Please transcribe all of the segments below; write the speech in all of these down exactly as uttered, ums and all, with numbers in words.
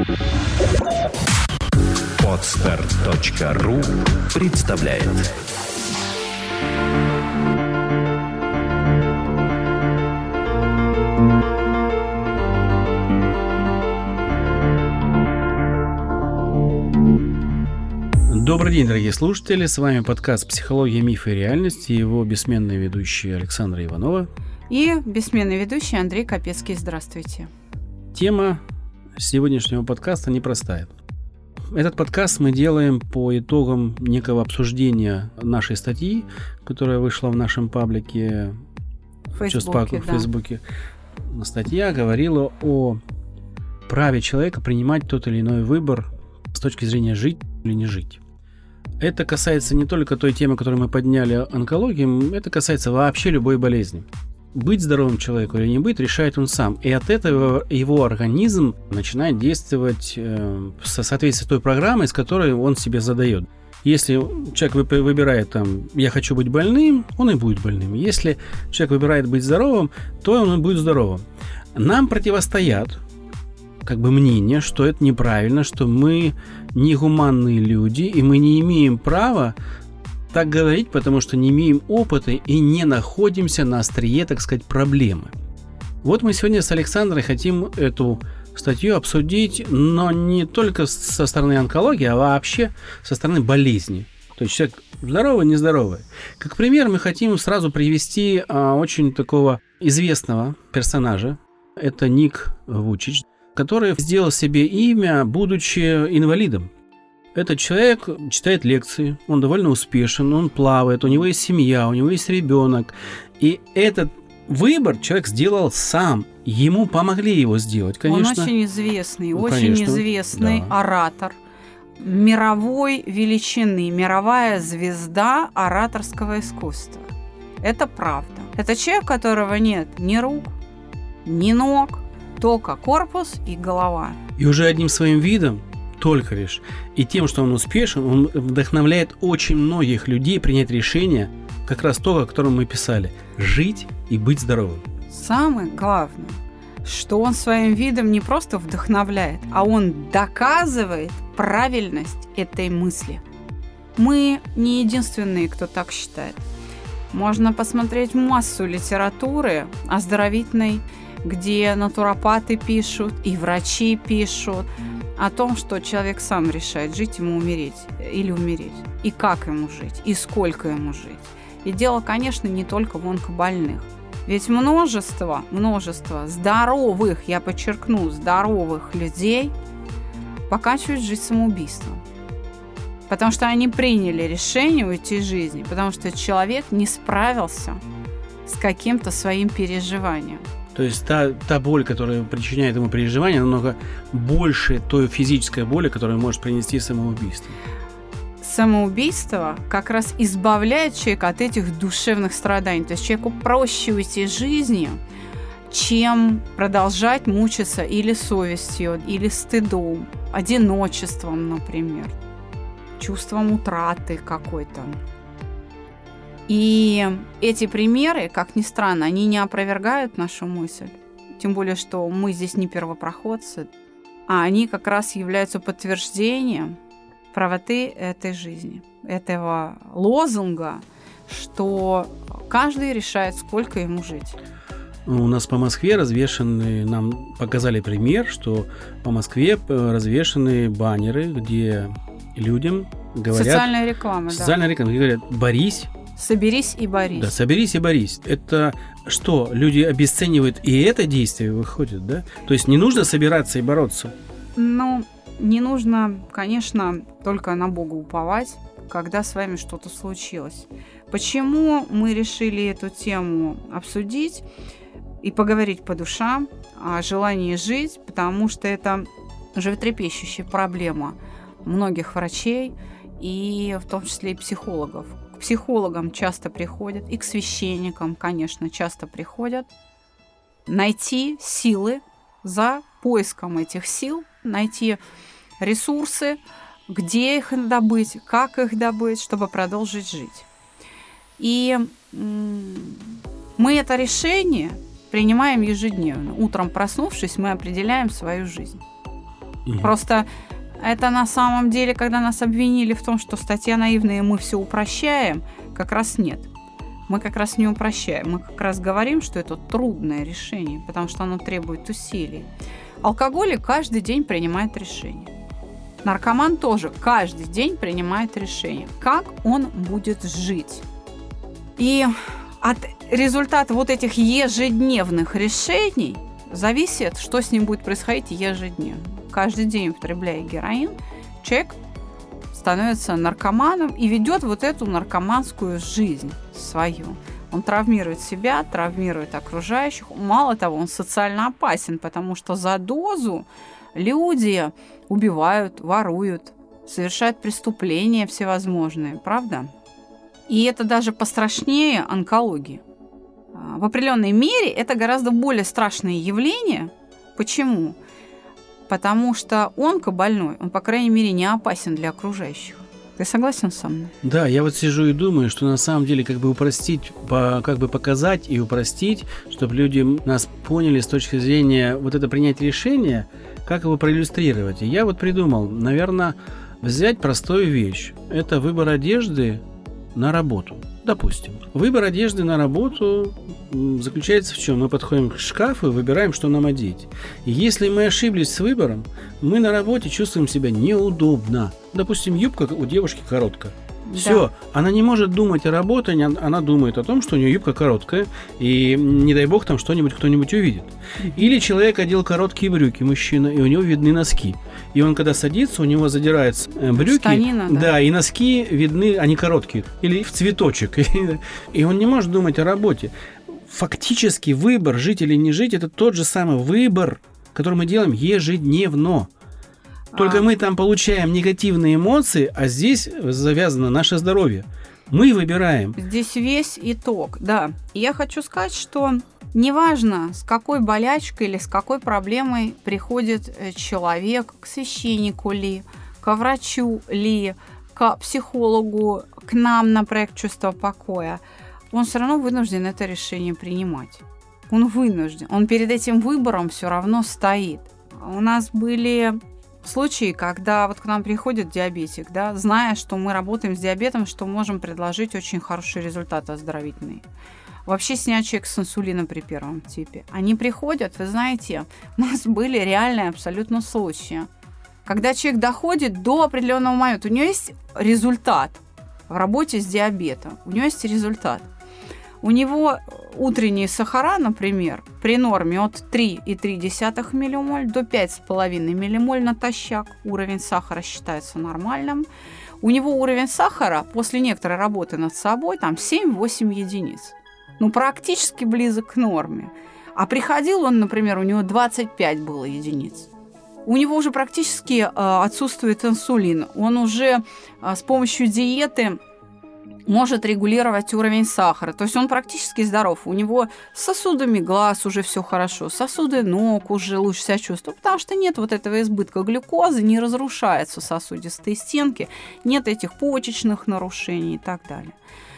Подстер точка ру представляет. Добрый день, дорогие слушатели. С вами подкаст «Психология, мифы и реальность» и его бессменные ведущие Александра Иванова и бессменный ведущий Андрей Капецкий. Здравствуйте. Тема сегодняшнего подкаста непростая. Этот подкаст мы делаем по итогам некого обсуждения нашей статьи, которая вышла в нашем паблике в Фейсбуке. В Фейсбуке. Да. Статья говорила о праве человека принимать тот или иной выбор с точки зрения жить или не жить. Это касается не только той темы, которую мы подняли, онкологии, это касается вообще любой болезни. Быть здоровым человеку или не быть, решает он сам. И от этого его организм начинает действовать э, в соответствии с той программой, с которой он себе задает. Если человек выбирает там «я хочу быть больным», он и будет больным. Если человек выбирает быть здоровым, то он и будет здоровым. Нам противостоят как бы мнение, что это неправильно, что мы негуманные люди, и мы не имеем права так говорить, потому что не имеем опыта и не находимся на острие, так сказать, проблемы. Вот мы сегодня с Александрой хотим эту статью обсудить, но не только со стороны онкологии, а вообще со стороны болезни. То есть человек здоровый, нездоровый. Как пример мы хотим сразу привести а, очень такого известного персонажа. Это Ник Вучич, который сделал себе имя, будучи инвалидом. Этот человек читает лекции, он довольно успешен, он плавает, у него есть семья, у него есть ребенок. И этот выбор человек сделал сам. Ему помогли его сделать, конечно. Он очень известный, ну, очень конечно, известный да. оратор мировой величины, мировая звезда ораторского искусства. Это правда. Это человек, у которого нет ни рук, ни ног, только корпус и голова. И уже одним своим видом, только лишь, и тем, что он успешен, он вдохновляет очень многих людей принять решение, как раз то, о котором мы писали, жить и быть здоровым. Самое главное, что он своим видом не просто вдохновляет, а он доказывает правильность этой мысли. Мы не единственные, кто так считает. Можно посмотреть массу литературы оздоровительной, где натуропаты пишут и врачи пишут о том, что человек сам решает, жить ему умереть или умереть, и как ему жить, и сколько ему жить. И дело, конечно, не только в онкобольных. Ведь множество, множество здоровых, я подчеркну, здоровых людей поканчивают жизнь самоубийством. Потому что они приняли решение уйти из жизни, потому что человек не справился с каким-то своим переживанием. То есть та, та боль, которая причиняет ему переживания, намного больше той физической боли, которая может принести самоубийство. Самоубийство как раз избавляет человека от этих душевных страданий. То есть человеку проще уйти из жизни, чем продолжать мучиться или совестью, или стыдом, одиночеством, например, чувством утраты какой-то. И эти примеры, как ни странно, они не опровергают нашу мысль. Тем более, что мы здесь не первопроходцы, а они как раз являются подтверждением правоты этой жизни, этого лозунга, что каждый решает, сколько ему жить. У нас по Москве развешаны, нам показали пример, что по Москве развешаны баннеры, где людям говорят... Социальная реклама, да. Социальная реклама, где говорят «борись». Соберись и борись. Да, соберись и борись. Это что, люди обесценивают и это действие выходит, да? То есть не нужно собираться и бороться? Ну, не нужно, конечно, только на Бога уповать, когда с вами что-то случилось. Почему мы решили эту тему обсудить и поговорить по душам о желании жить? Потому что это животрепещущая проблема многих врачей и в том числе и психологов. К психологам часто приходят, и к священникам, конечно, часто приходят найти силы, за поиском этих сил, найти ресурсы, где их добыть, как их добыть, чтобы продолжить жить. И мы это решение принимаем ежедневно. Утром проснувшись, мы определяем свою жизнь. Угу. Просто это на самом деле, когда нас обвинили в том, что статья наивная, и мы все упрощаем, как раз нет. Мы как раз не упрощаем. Мы как раз говорим, что это трудное решение, потому что оно требует усилий. Алкоголик каждый день принимает решение. Наркоман тоже каждый день принимает решение, как он будет жить. И от результата вот этих ежедневных решений зависит, что с ним будет происходить ежедневно. Каждый день, употребляя героин, человек становится наркоманом и ведет вот эту наркоманскую жизнь свою. Он травмирует себя, травмирует окружающих. Мало того, он социально опасен, потому что за дозу люди убивают, воруют, совершают преступления всевозможные, правда? И это даже пострашнее онкологии. В определенной мере это гораздо более страшное явление. Почему? Потому что онкобольной, он, по крайней мере, не опасен для окружающих. Ты согласен со мной? Да, я вот сижу и думаю, что на самом деле как бы упростить, по, как бы показать и упростить, чтобы люди нас поняли с точки зрения вот это принять решение, как его проиллюстрировать. И я вот придумал, наверное, взять простую вещь. Это выбор одежды на работу. Допустим, выбор одежды на работу заключается в чем? Мы подходим к шкафу и выбираем, что нам одеть. И если мы ошиблись с выбором, мы на работе чувствуем себя неудобно. Допустим, юбка у девушки короткая. Все, да. Она не может думать о работе, она думает о том, что у нее юбка короткая, и не дай бог там что-нибудь кто-нибудь увидит. Или человек одел короткие брюки, мужчина, и у него видны носки. И он, когда садится, у него задираются брюки, Станина, да. да, и носки видны, они короткие, или в цветочек. И он не может думать о работе. Фактически выбор, жить или не жить, это тот же самый выбор, который мы делаем ежедневно. Только а. мы там получаем негативные эмоции, а здесь завязано наше здоровье. Мы выбираем. Здесь весь итог, да. И я хочу сказать, что неважно, с какой болячкой или с какой проблемой приходит человек к священнику ли, к врачу ли, к психологу, к нам на проект «Чувство покоя», он все равно вынужден это решение принимать. Он вынужден. Он перед этим выбором все равно стоит. У нас были случаи, когда вот к нам приходит диабетик, да, зная, что мы работаем с диабетом, что можем предложить очень хороший результат оздоровительный. Вообще снять человека с инсулина при первом типе. Они приходят, вы знаете, у нас были реальные абсолютно случаи, когда человек доходит до определенного момента, у него есть результат в работе с диабетом, у него есть результат. У него утренние сахара, например, при норме от три и три десятых миллимоль до пять и пять миллимоль натощак уровень сахара считается нормальным. У него уровень сахара после некоторой работы над собой там семь-восемь единиц. Ну, практически близок к норме. А приходил он, например, у него двадцать пять было единиц. У него уже практически э, отсутствует инсулин. Он уже э, с помощью диеты может регулировать уровень сахара. То есть он практически здоров. У него с сосудами глаз уже все хорошо, сосуды ног уже лучше себя чувствуют, потому что нет вот этого избытка глюкозы, не разрушаются сосудистые стенки, нет этих почечных нарушений и так далее.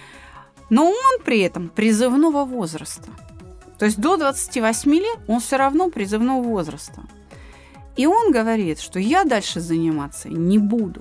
Но он при этом призывного возраста. То есть до двадцати восьми лет он все равно призывного возраста. И он говорит, что я дальше заниматься не буду.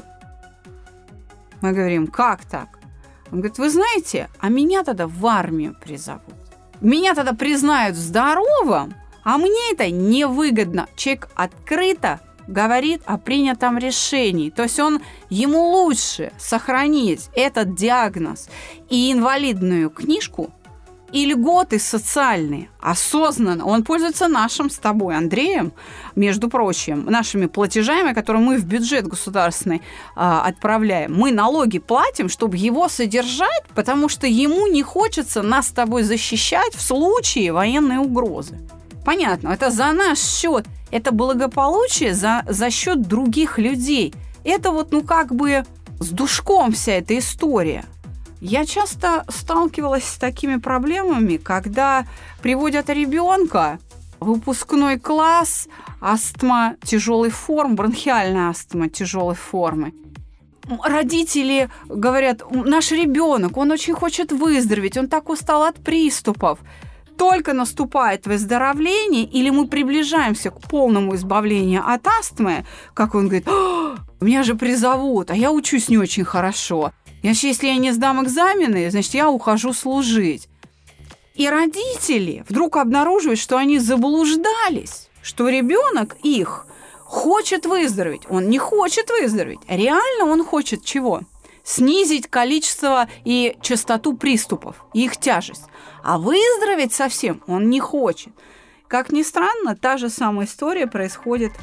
Мы говорим, как так? Он говорит, вы знаете, а меня тогда в армию призовут. Меня тогда признают здоровым, а мне это невыгодно. Человек открыто говорит о принятом решении. То есть он, ему лучше сохранить этот диагноз и инвалидную книжку, и льготы социальные, осознанно. Он пользуется нашим с тобой, Андреем, между прочим, нашими платежами, которые мы в бюджет государственный а, отправляем. Мы налоги платим, чтобы его содержать, потому что ему не хочется нас с тобой защищать в случае военной угрозы. Понятно, это за наш счет, это благополучие за, за счет других людей. Это вот, ну, как бы с душком вся эта история. Я часто сталкивалась с такими проблемами, когда приводят ребенка, выпускной класс, астма тяжелой формы, бронхиальная астма тяжелой формы. Родители говорят, наш ребенок, он очень хочет выздороветь, он так устал от приступов. только наступает выздоровление или мы приближаемся к полному избавлению от астмы, как он говорит, меня же призовут, а я учусь не очень хорошо. Значит, если я не сдам экзамены, значит, я ухожу служить. И родители вдруг обнаруживают, что они заблуждались, что ребенок их хочет выздороветь. Он не хочет выздороветь. Реально он хочет чего? Снизить количество и частоту приступов, и их тяжесть. А выздороветь совсем он не хочет. Как ни странно, та же самая история происходит,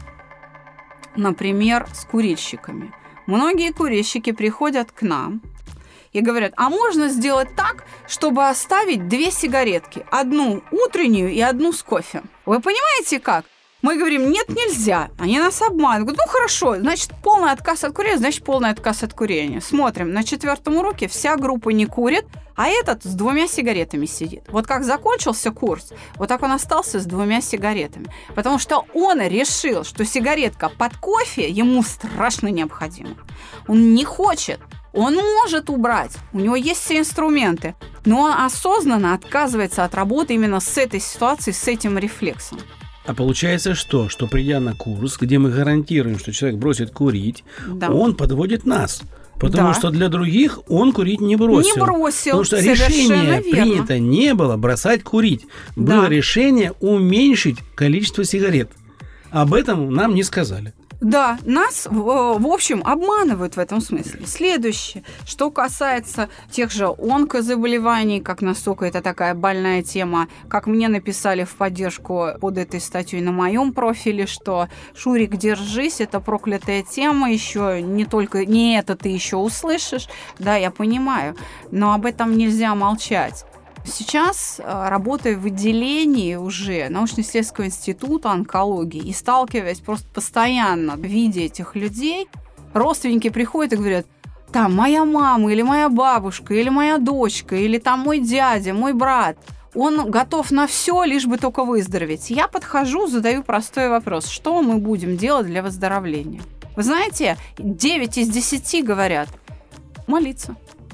например, с курильщиками. Многие курильщики приходят к нам и говорят, а можно сделать так, чтобы оставить две сигаретки, одну утреннюю и одну с кофе. Вы понимаете как? Мы говорим, нет, нельзя. Они нас обманывают. Говорят, ну хорошо, значит, полный отказ от курения, значит, полный отказ от курения. Смотрим, на четвертом уроке вся группа не курит, а этот с двумя сигаретами сидит. Вот как закончился курс, вот так он остался с двумя сигаретами. Потому что он решил, что сигаретка под кофе ему страшно необходима. Он не хочет. Он может убрать, у него есть все инструменты, но он осознанно отказывается от работы именно с этой ситуацией, с этим рефлексом. А получается что? Что придя на курс, где мы гарантируем, что человек бросит курить, да. он подводит нас. Потому да. что для других он курить не бросил. Не бросил, потому что решение верно. принято не было бросать курить. Да. Было решение уменьшить количество сигарет. Об этом нам не сказали. Да, нас, в общем, обманывают в этом смысле. Следующее, что касается тех же онкозаболеваний, как настолько это такая больная тема, как мне написали в поддержку под этой статьей на моем профиле, что Шурик, держись, это проклятая тема, еще не только не это ты еще услышишь, да, я понимаю, но об этом нельзя молчать. Сейчас, работая в отделении уже научно-исследовательского института онкологии и сталкиваясь просто постоянно, видя этих людей, родственники приходят и говорят, там моя мама или моя бабушка, или моя дочка, или там мой дядя, мой брат, он готов на все, лишь бы только выздороветь. Я подхожу, задаю простой вопрос, что мы будем делать для выздоровления? Вы знаете, девять из десяти говорят, молиться.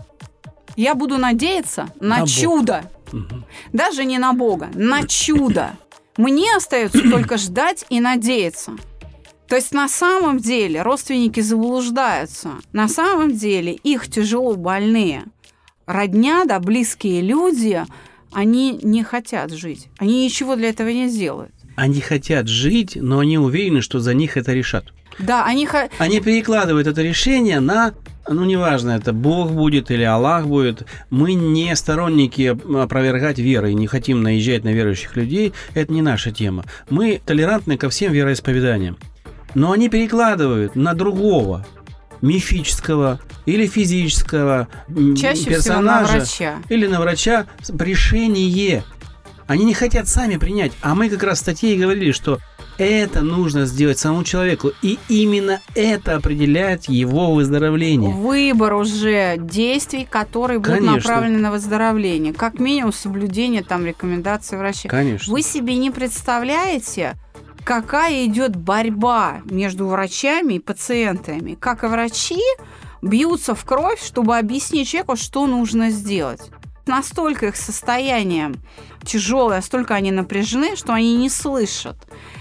Я буду надеяться на, на чудо. Угу. Даже не на Бога, на чудо. Мне остается только ждать и надеяться. То есть на самом деле родственники заблуждаются. На самом деле их тяжело больные. Родня, да, близкие люди, они не хотят жить. Они ничего для этого не сделают. Они хотят жить, но они уверены, что за них это решат. Да, они... Они перекладывают это решение на... Ну, неважно, это Бог будет или Аллах будет. Мы не сторонники опровергать веры, не хотим наезжать на верующих людей. Это не наша тема. Мы толерантны ко всем вероисповеданиям. Но они перекладывают на другого, мифического или физического чаще персонажа. Всего на врача. Или на врача решение. Они не хотят сами принять. А мы как раз в статье и говорили, что это нужно сделать самому человеку. И именно это определяет его выздоровление. Выбор уже действий, которые будут Конечно. направлены на выздоровление. Как минимум соблюдение там, рекомендаций врача. Конечно. Вы себе не представляете, какая идет борьба между врачами и пациентами. Как и врачи бьются в кровь, чтобы объяснить человеку, что нужно сделать. Настолько их состояние тяжелое, настолько они напряжены, что они не слышат.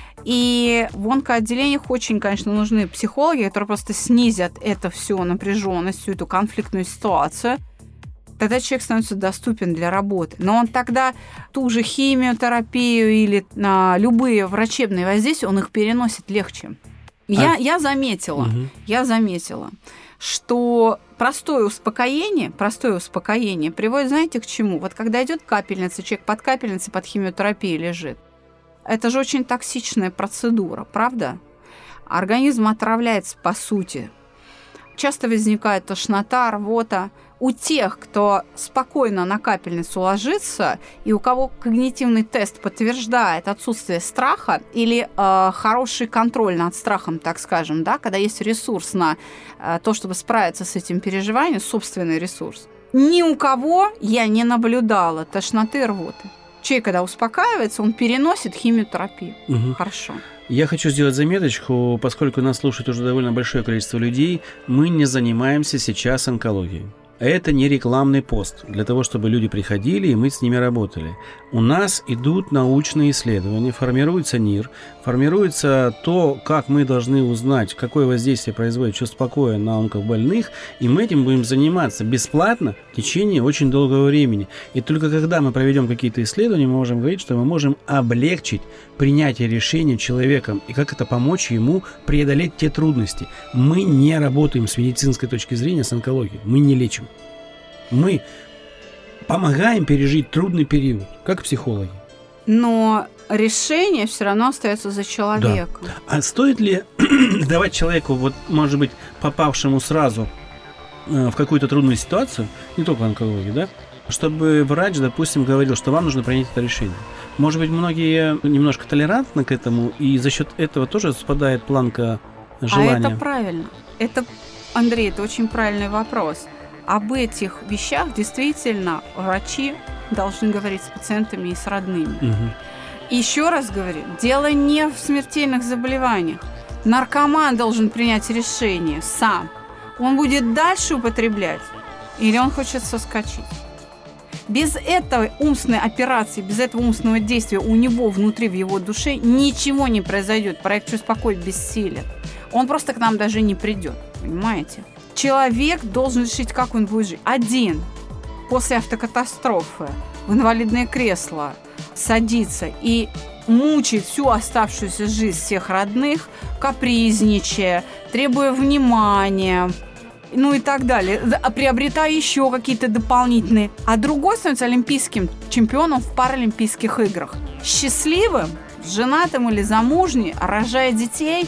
И в онкоотделениях очень, конечно, нужны психологи, которые просто снизят это всю напряженность, всю эту конфликтную ситуацию. Тогда человек становится доступен для работы. Но он тогда ту же химиотерапию или а, любые врачебные воздействия, он их переносит легче. Я, а... я заметила, угу. я заметила, что простое успокоение, простое успокоение приводит, знаете, к чему? Вот когда идет капельница, человек под капельницей, под химиотерапией лежит, это же очень токсичная процедура, правда? Организм отравляется по сути. Часто возникает тошнота, рвота. У тех, кто спокойно на капельницу ложится, и у кого когнитивный тест подтверждает отсутствие страха или э, хороший контроль над страхом, так скажем, да, когда есть ресурс на э, то, чтобы справиться с этим переживанием, собственный ресурс, ни у кого я не наблюдала тошноты и рвоты. Человек, когда успокаивается, он переносит химиотерапию. Угу. Хорошо. Я хочу сделать заметочку, поскольку нас слушает уже довольно большое количество людей, мы не занимаемся сейчас онкологией. Это не рекламный пост для того, чтобы люди приходили и мы с ними работали. У нас идут научные исследования, формируется НИР, формируется то, как мы должны узнать, какое воздействие производит чувство на онкобольных, и мы этим будем заниматься бесплатно в течение очень долгого времени. И только когда мы проведем какие-то исследования, мы можем говорить, что мы можем облегчить принятие решения человеком и как это помочь ему преодолеть те трудности. Мы не работаем с медицинской точки зрения с онкологией, мы не лечим. Мы помогаем пережить трудный период, как психологи. Но решение все равно остается за человеком. Да. А стоит ли давать человеку, вот, может быть, попавшему сразу в какую-то трудную ситуацию, не только в онкологии, да, чтобы врач, допустим, говорил, что вам нужно принять это решение? Может быть, многие немножко толерантны к этому, и за счет этого тоже спадает планка желания. А это правильно. Это, Андрей, это очень правильный вопрос. Об этих вещах действительно врачи должны говорить с пациентами и с родными. Угу. Еще раз говорю, дело не в смертельных заболеваниях. Наркоман должен принять решение сам. Он будет дальше употреблять или он хочет соскочить. Без этой умственной операции, без этого умственного действия у него внутри, в его душе ничего не произойдет. Проект «Чувство покоя» бессилен. Он просто к нам даже не придет, понимаете? Человек должен решить, как он будет жить. Один после автокатастрофы в инвалидное кресло садится и мучает всю оставшуюся жизнь всех родных, капризничая, требуя внимания, ну и так далее, приобретая еще какие-то дополнительные. А другой становится олимпийским чемпионом в Паралимпийских играх. Счастливым, женатым или замужним, рожая детей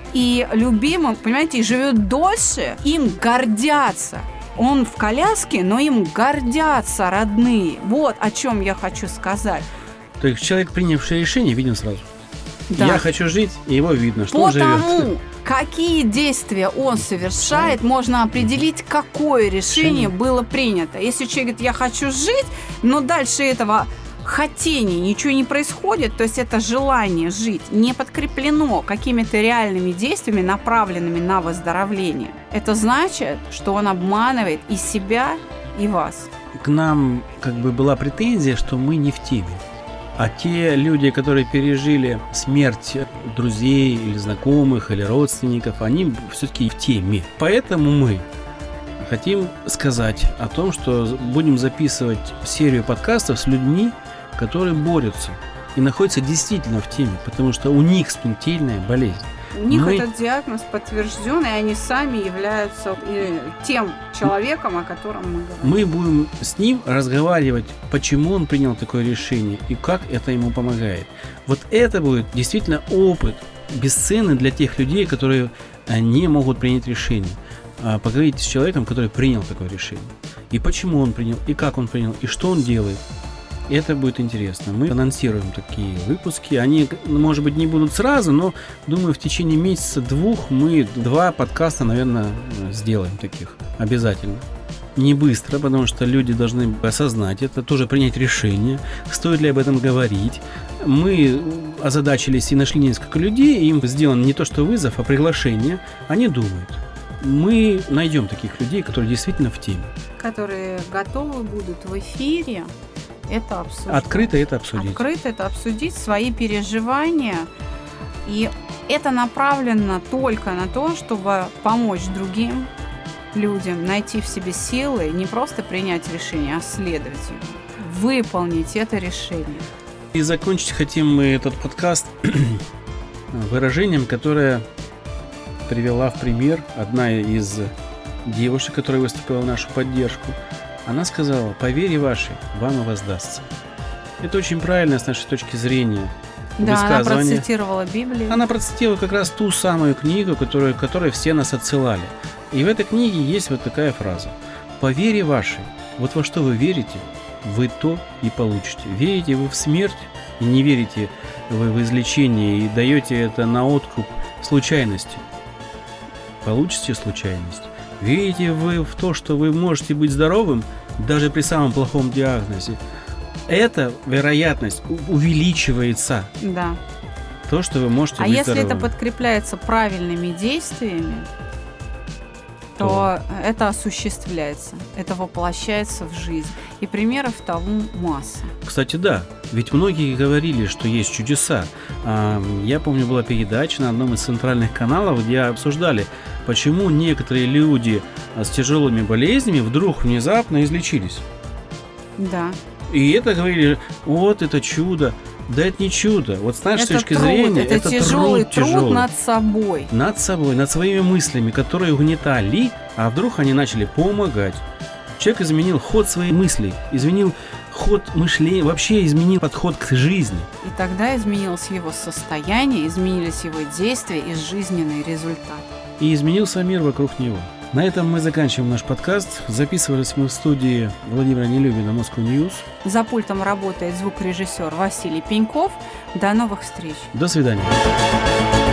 и любимым, понимаете, и живет дольше, им гордятся. Он в коляске, но им гордятся родные. Вот о чем я хочу сказать. То есть человек, принявший решение, виден сразу. Да. Я хочу жить, и его видно, что Потому, он живет. Какие действия он совершает, можно определить, какое решение было принято. Если человек говорит, я хочу жить, но дальше этого хотения ничего не происходит, то есть это желание жить не подкреплено какими-то реальными действиями, направленными на выздоровление. Это значит, что он обманывает и себя, и вас. К нам как бы была претензия, что мы не в теме. А те люди, которые пережили смерть друзей или знакомых, или родственников, они все-таки в теме. Поэтому мы хотим сказать о том, что будем записывать серию подкастов с людьми, которые борются и находятся действительно в теме, потому что у них смертельная болезнь. У них мы... этот диагноз подтвержден, и они сами являются тем человеком, о котором мы говорим. Мы будем с ним разговаривать, почему он принял такое решение и как это ему помогает. Вот это будет действительно опыт бесценный для тех людей, которые не могут принять решение. Поговорить с человеком, который принял такое решение. И почему он принял, и как он принял, и что он делает. Это будет интересно. Мы анонсируем такие выпуски. Они, может быть, не будут сразу, но, думаю, в течение месяца-двух мы два подкаста, наверное, сделаем таких. Обязательно. Не быстро, потому что люди должны осознать это, тоже принять решение, стоит ли об этом говорить. Мы озадачились и нашли несколько людей, им сделан не то что вызов, а приглашение. Они думают. Мы найдем таких людей, которые действительно в теме. Которые готовы будут в эфире это обсудить. Открыто это обсудить. Открыто это обсудить, свои переживания. И это направлено только на то, чтобы помочь другим людям найти в себе силы, не просто принять решение, а следовать ему, выполнить это решение. И закончить хотим мы этот подкаст выражением, которое привела в пример одна из девушек, которая выступила в нашу поддержку. Она сказала: по вере вашей вам и воздастся. Это очень правильно с нашей точки зрения. Да, она процитировала Библию. Она процитировала как раз ту самую книгу, которую, которой все нас отсылали. И в этой книге есть вот такая фраза: по вере вашей, вот во что вы верите, вы то и получите. Верите вы в смерть и не верите вы в излечение и даете это на откуп случайности, получите случайность. Верите вы в то, что вы можете быть здоровым даже при самом плохом диагнозе, эта вероятность увеличивается. Да. То, что вы можете а быть если здоровым. это подкрепляется правильными действиями, то, то это осуществляется, это воплощается в жизнь. И примеров тому масса. Кстати, да, ведь многие говорили, что есть чудеса. Я помню, была передача на одном из центральных каналов, где обсуждали, почему некоторые люди с тяжелыми болезнями вдруг внезапно излечились. Да. И это говорили, вот это чудо. Да это не чудо. Вот с нашей это точки труд, зрения, это, это тяжелый труд, труд тяжелый. над собой. Над собой, над своими мыслями, которые угнетали, а вдруг они начали помогать. Человек изменил ход своих мыслей, изменил ход мышления, вообще изменил подход к жизни. И тогда изменилось его состояние, изменились его действия и жизненный результат. И изменился мир вокруг него. На этом мы заканчиваем наш подкаст. Записывались мы в студии Владимира Нелюбина, Moscow News. За пультом работает звукорежиссер Василий Пеньков. До новых встреч. До свидания.